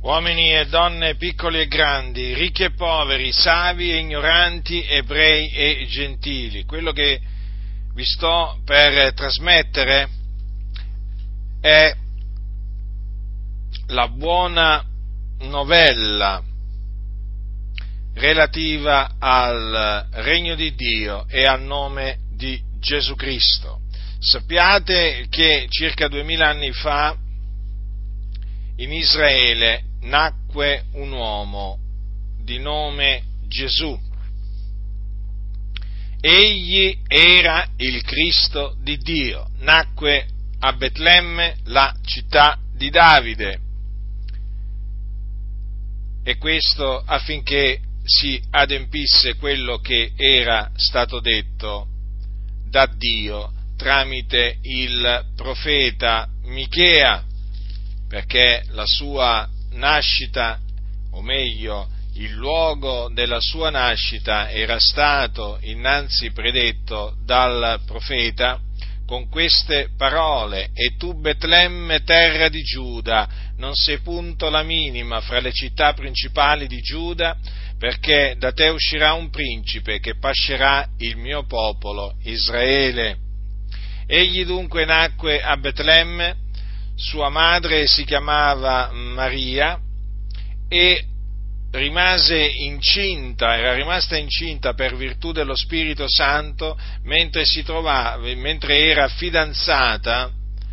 uomini e donne, piccoli e grandi, ricchi e poveri, savi e ignoranti, ebrei e gentili. Quello che vi sto per trasmettere è la buona novella relativa al regno di Dio e al nome di Gesù Cristo. Sappiate che circa 2000 anni fa in Israele nacque un uomo di nome Gesù. Egli era il Cristo di Dio. Nacque a Betlemme, la città di Davide. E questo affinché si adempisse quello che era stato detto da Dio tramite il profeta Michea, perché la sua nascita, o meglio, il luogo della sua nascita era stato innanzi predetto dal profeta con queste parole: «E tu, Betlemme, terra di Giuda, non sei punto la minima fra le città principali di Giuda, perché da te uscirà un principe che pascerà il mio popolo Israele». Egli dunque nacque a Betlemme, sua madre si chiamava Maria e era rimasta incinta per virtù dello Spirito Santo mentre era fidanzata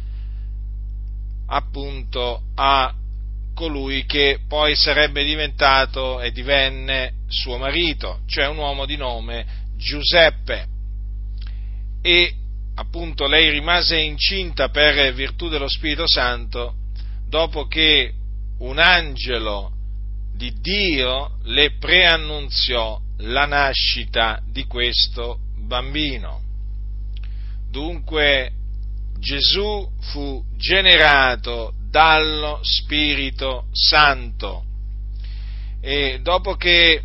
appunto a colui che poi sarebbe diventato e divenne suo marito, cioè un uomo di nome Giuseppe. E appunto lei rimase incinta per virtù dello Spirito Santo dopo che un angelo di Dio le preannunziò la nascita di questo bambino. Dunque Gesù fu generato dallo Spirito Santo e dopo che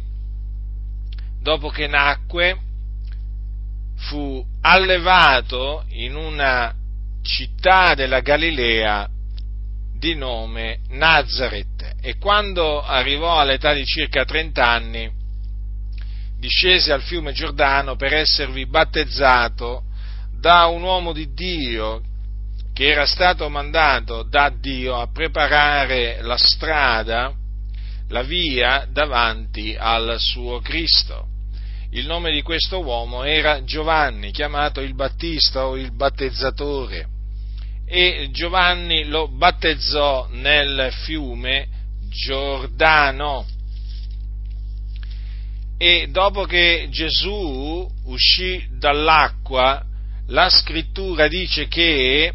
nacque fu allevato in una città della Galilea di nome Nazaret, e quando arrivò all'età di circa 30 anni discese al fiume Giordano per esservi battezzato da un uomo di Dio che era stato mandato da Dio a preparare la strada, la via davanti al suo Cristo. Il nome di questo uomo era Giovanni, chiamato il Battista o il battezzatore, e Giovanni lo battezzò nel fiume Giordano. E dopo che Gesù uscì dall'acqua, la scrittura dice che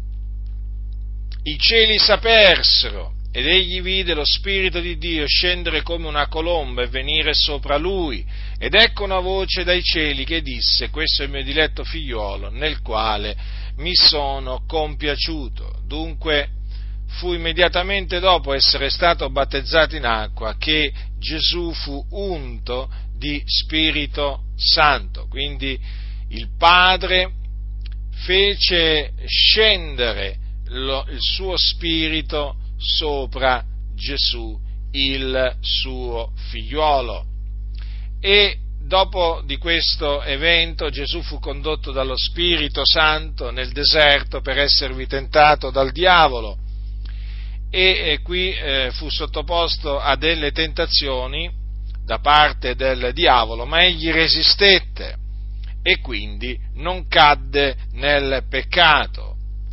i cieli s'apersero ed egli vide lo Spirito di Dio scendere come una colomba e venire sopra lui, ed ecco una voce dai cieli che disse: «Questo è il mio diletto figliuolo, nel quale mi sono compiaciuto». Dunque fu immediatamente dopo essere stato battezzato in acqua che Gesù fu unto di Spirito Santo. Quindi il Padre fece scendere il suo Spirito sopra Gesù, il suo figliuolo. E dopo di questo evento Gesù fu condotto dallo Spirito Santo nel deserto per esservi tentato dal diavolo, e qui fu sottoposto a delle tentazioni da parte del diavolo, ma egli resistette e quindi non cadde nel peccato.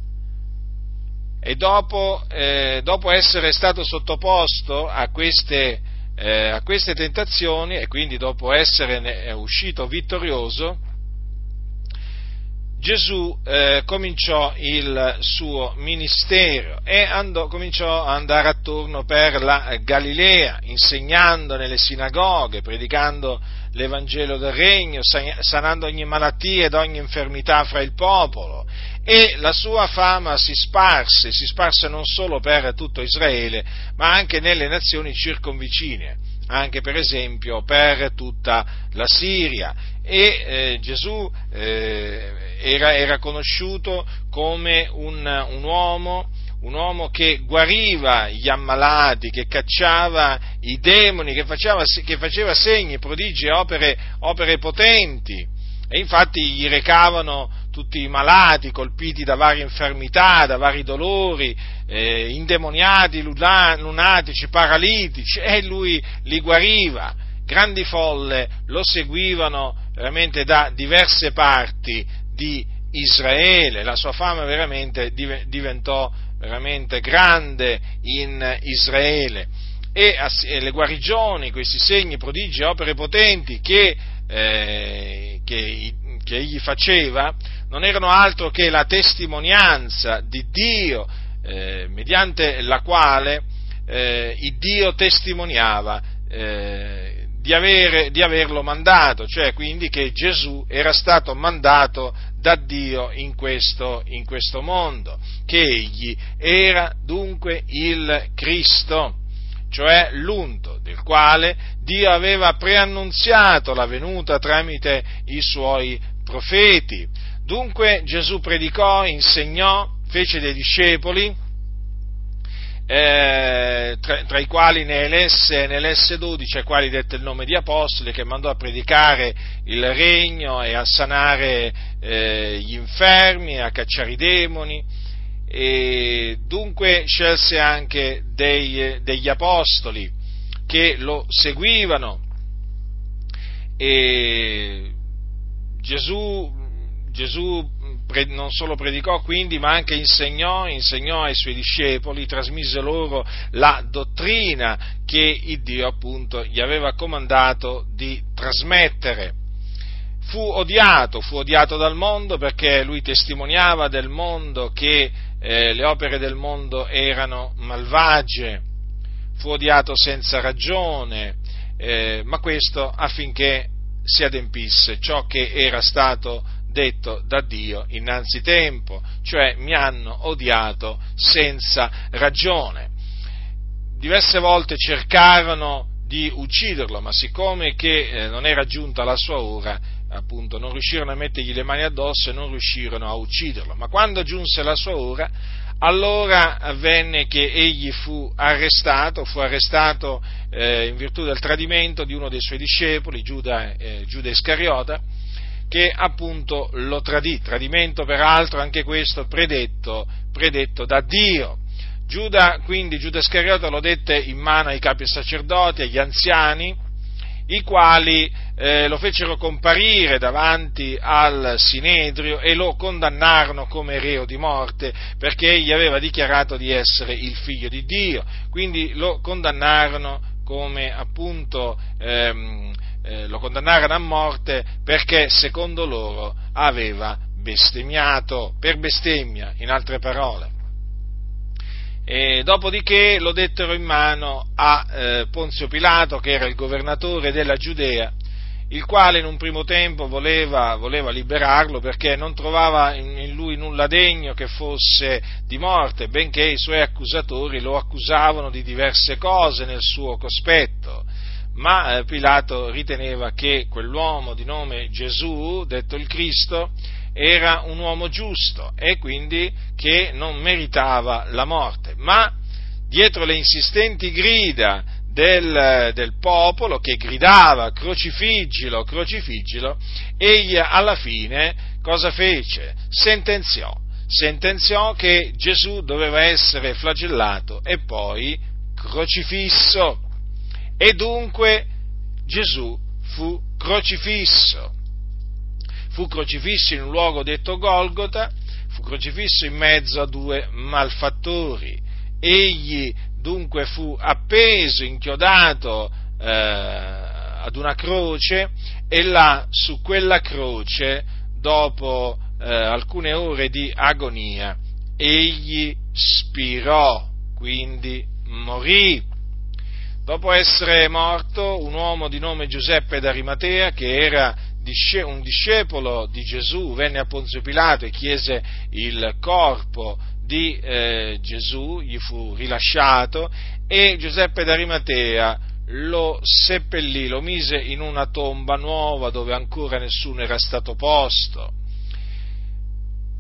E dopo essere stato sottoposto a queste tentazioni, e quindi dopo essere uscito vittorioso, Gesù cominciò il suo ministero e cominciò ad andare attorno per la Galilea, insegnando nelle sinagoghe, predicando l'Evangelo del Regno, sanando ogni malattia ed ogni infermità fra il popolo. E la sua fama si sparse non solo per tutto Israele, ma anche nelle nazioni circonvicine, anche per esempio per tutta la Siria. E Gesù era conosciuto come un uomo un uomo che guariva gli ammalati, che cacciava i demoni, che faceva segni, prodigi e opere potenti. E infatti gli recavano tutti i malati, colpiti da varie infermità, da vari dolori, indemoniati, lunatici, paralitici, e lui li guariva. Grandi folle lo seguivano veramente da diverse parti di Israele, la sua fama veramente diventò veramente grande in Israele, e le guarigioni, questi segni, prodigi, opere potenti che egli faceva non erano altro che la testimonianza di Dio, mediante la quale il Dio testimoniava di averlo mandato, cioè quindi che Gesù era stato mandato da Dio in questo mondo, che egli era dunque il Cristo, cioè l'unto del quale Dio aveva preannunziato la venuta tramite i suoi profeti. Dunque Gesù predicò, insegnò, fece dei discepoli, tra i quali ne elesse 12, ai quali dette il nome di apostoli, che mandò a predicare il regno e a sanare gli infermi, a cacciare i demoni. E dunque scelse anche degli apostoli che lo seguivano, e Gesù non solo predicò quindi, ma anche insegnò ai suoi discepoli, trasmise loro la dottrina che il Dio appunto gli aveva comandato di trasmettere. Fu odiato dal mondo, perché lui testimoniava del mondo che le opere del mondo erano malvagie. Fu odiato senza ragione, ma questo affinché si adempisse ciò che era stato detto da Dio innanzi tempo, cioè mi hanno odiato senza ragione. Diverse volte cercarono di ucciderlo, ma siccome che non era giunta la sua ora, appunto non riuscirono a mettergli le mani addosso e non riuscirono a ucciderlo. Ma quando giunse la sua ora, allora avvenne che egli fu arrestato in virtù del tradimento di uno dei suoi discepoli, Giuda Iscariota, che appunto lo tradì, tradimento peraltro anche questo predetto da Dio. Giuda Iscariota lo dette in mano ai capi sacerdoti, agli anziani, i quali lo fecero comparire davanti al Sinedrio e lo condannarono come reo di morte, perché egli aveva dichiarato di essere il figlio di Dio. Quindi lo condannarono come appunto lo condannarono a morte, perché secondo loro aveva bestemmiato, per bestemmia, in altre parole. E dopodiché lo dettero in mano a Ponzio Pilato, che era il governatore della Giudea, il quale in un primo tempo voleva liberarlo, perché non trovava in lui nulla degno che fosse di morte, benché i suoi accusatori lo accusavano di diverse cose nel suo cospetto. Ma Pilato riteneva che quell'uomo di nome Gesù, detto il Cristo, era un uomo giusto e quindi che non meritava la morte. Ma dietro le insistenti grida del popolo, che gridava crocifiggilo, crocifiggilo, egli alla fine cosa fece? Sentenziò che Gesù doveva essere flagellato e poi crocifisso. E dunque Gesù fu crocifisso in un luogo detto Golgota, fu crocifisso in mezzo a due malfattori. Egli dunque fu appeso, inchiodato ad una croce, e là su quella croce, dopo alcune ore di agonia, egli spirò, quindi morì. Dopo essere morto, un uomo di nome Giuseppe d'Arimatea, che era un discepolo di Gesù, venne a Ponzio Pilato e chiese il corpo di Gesù, gli fu rilasciato, e Giuseppe d'Arimatea lo seppellì, lo mise in una tomba nuova dove ancora nessuno era stato posto.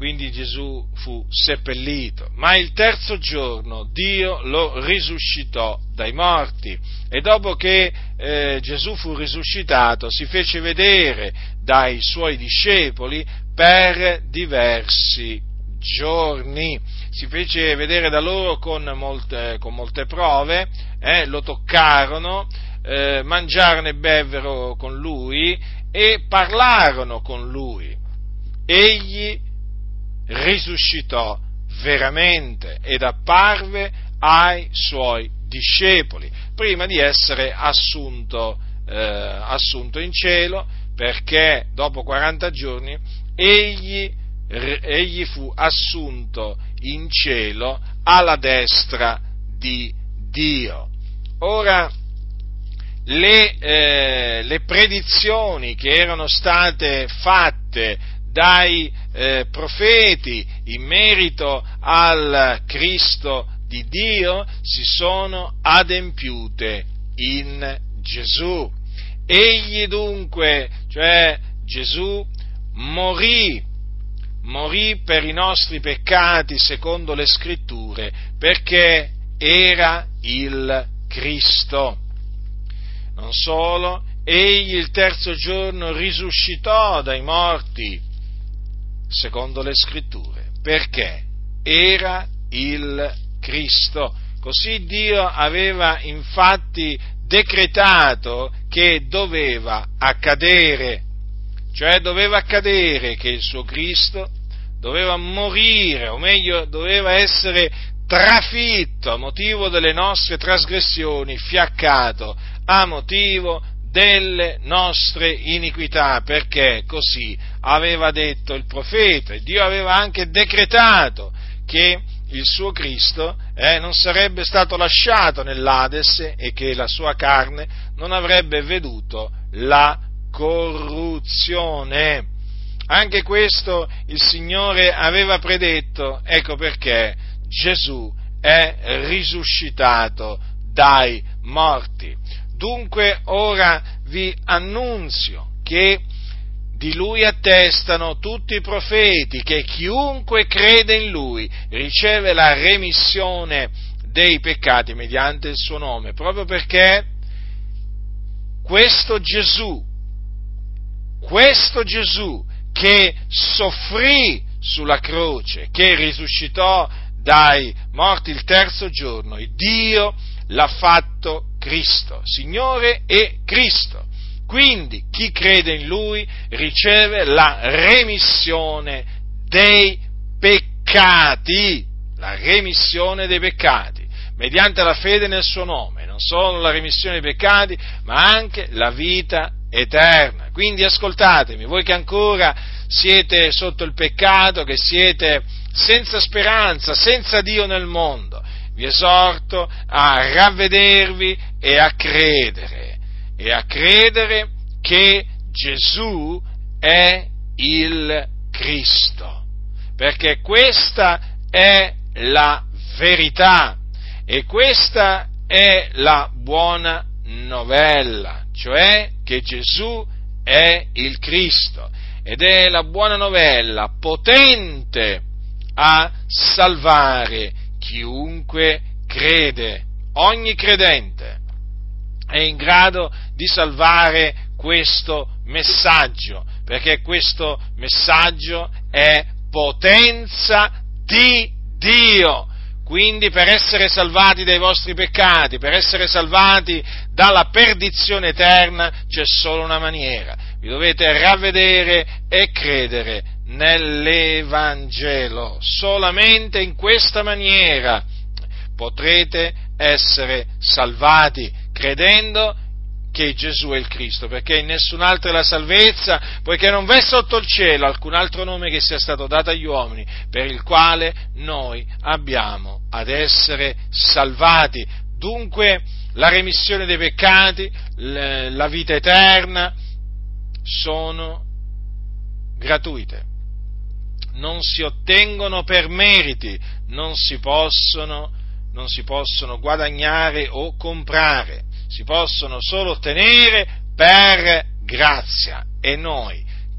quindi Gesù fu seppellito, ma il terzo giorno Dio lo risuscitò dai morti, e dopo che Gesù fu risuscitato si fece vedere dai suoi discepoli per diversi giorni, si fece vedere da loro con molte prove, lo toccarono, mangiarono e bevvero con lui e parlarono con lui. Egli risuscitò veramente ed apparve ai suoi discepoli prima di essere assunto in cielo, perché dopo 40 giorni egli fu assunto in cielo alla destra di Dio. Ora, le predizioni che erano state fatte dai profeti in merito al Cristo di Dio si sono adempiute in Gesù. Egli dunque, cioè Gesù, morì per i nostri peccati secondo le Scritture, perché era il Cristo. Non solo, egli il terzo giorno risuscitò dai morti secondo le Scritture, perché era il Cristo. Così Dio aveva infatti decretato che doveva accadere, cioè doveva accadere che il suo Cristo doveva morire, o meglio doveva essere trafitto a motivo delle nostre trasgressioni, fiaccato a motivo delle nostre iniquità, perché così aveva detto il profeta, e Dio aveva anche decretato che il suo Cristo non sarebbe stato lasciato nell'Ades e che la sua carne non avrebbe veduto la corruzione. Anche questo il Signore aveva predetto, ecco perché Gesù è risuscitato dai morti. Dunque ora vi annunzio che di Lui attestano tutti i profeti che chiunque crede in Lui riceve la remissione dei peccati mediante il suo nome, proprio perché questo Gesù che soffrì sulla croce, che risuscitò dai morti il terzo giorno, Dio l'ha fatto Cristo, Signore e Cristo. Quindi chi crede in Lui riceve la remissione dei peccati, mediante la fede nel suo nome, non solo la remissione dei peccati, ma anche la vita eterna. Quindi ascoltatemi, voi che ancora siete sotto il peccato, che siete senza speranza, senza Dio nel mondo, vi esorto a ravvedervi e a credere che Gesù è il Cristo, perché questa è la verità e questa è la buona novella, cioè che Gesù è il Cristo, ed è la buona novella potente a salvare chiunque crede. Ogni credente è in grado di salvare questo messaggio, perché questo messaggio è potenza di Dio. Quindi per essere salvati dai vostri peccati, per essere salvati dalla perdizione eterna, c'è solo una maniera: vi dovete ravvedere e credere nell'Evangelo. Solamente in questa maniera potrete essere salvati, credendo che Gesù è il Cristo, perché in nessun'altra è la salvezza, poiché non v'è sotto il cielo alcun altro nome che sia stato dato agli uomini per il quale noi abbiamo ad essere salvati. Dunque la remissione dei peccati, la vita eterna sono gratuite, non si ottengono per meriti, non si possono guadagnare o comprare, si possono solo ottenere per grazia, e noi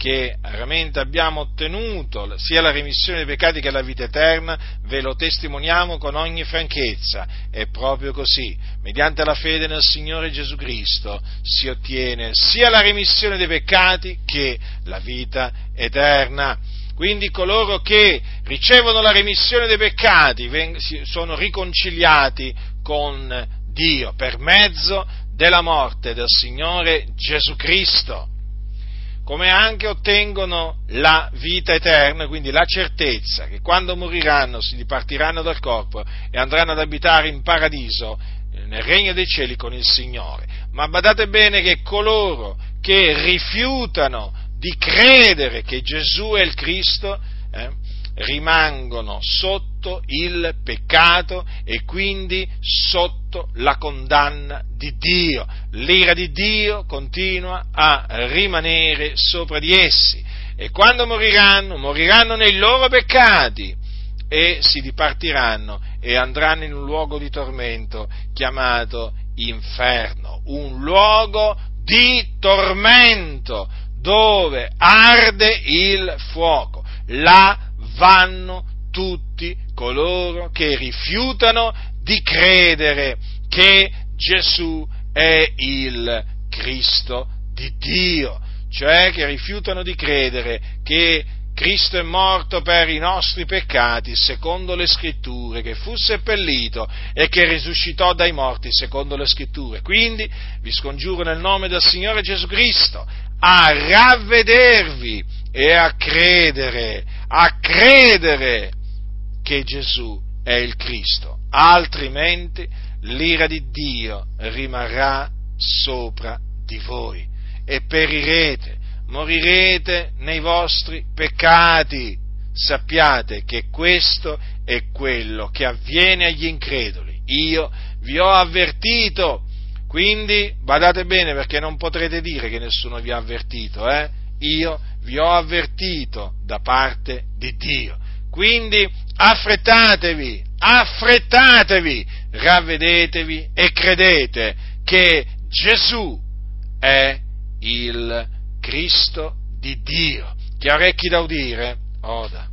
che veramente abbiamo ottenuto sia la remissione dei peccati che la vita eterna, ve lo testimoniamo con ogni franchezza. È proprio così, mediante la fede nel Signore Gesù Cristo si ottiene sia la remissione dei peccati che la vita eterna. Quindi coloro che ricevono la remissione dei peccati sono riconciliati con Dio per mezzo della morte del Signore Gesù Cristo, come anche ottengono la vita eterna, quindi la certezza che quando moriranno si dipartiranno dal corpo e andranno ad abitare in paradiso, nel regno dei cieli con il Signore. Ma badate bene che coloro che rifiutano di credere che Gesù è il Cristo, rimangono sotto il peccato e quindi sotto la condanna di Dio. L'ira di Dio continua a rimanere sopra di essi e quando moriranno nei loro peccati e si dipartiranno e andranno in un luogo di tormento chiamato inferno, un luogo di tormento dove arde il fuoco. Là vanno tutti coloro che rifiutano di credere che Gesù è il Cristo di Dio, cioè che rifiutano di credere che Cristo è morto per i nostri peccati secondo le Scritture, che fu seppellito e che risuscitò dai morti secondo le Scritture. Quindi vi scongiuro nel nome del Signore Gesù Cristo a ravvedervi e a credere che Gesù è il Cristo, altrimenti l'ira di Dio rimarrà sopra di voi e perirete, morirete nei vostri peccati. Sappiate che questo è quello che avviene agli increduli. Io vi ho avvertito, quindi badate bene perché non potrete dire che nessuno vi ha avvertito, Io vi ho avvertito da parte di Dio. Quindi affrettatevi, ravvedetevi e credete che Gesù è il Cristo di Dio. Chi ha orecchi da udire, oda.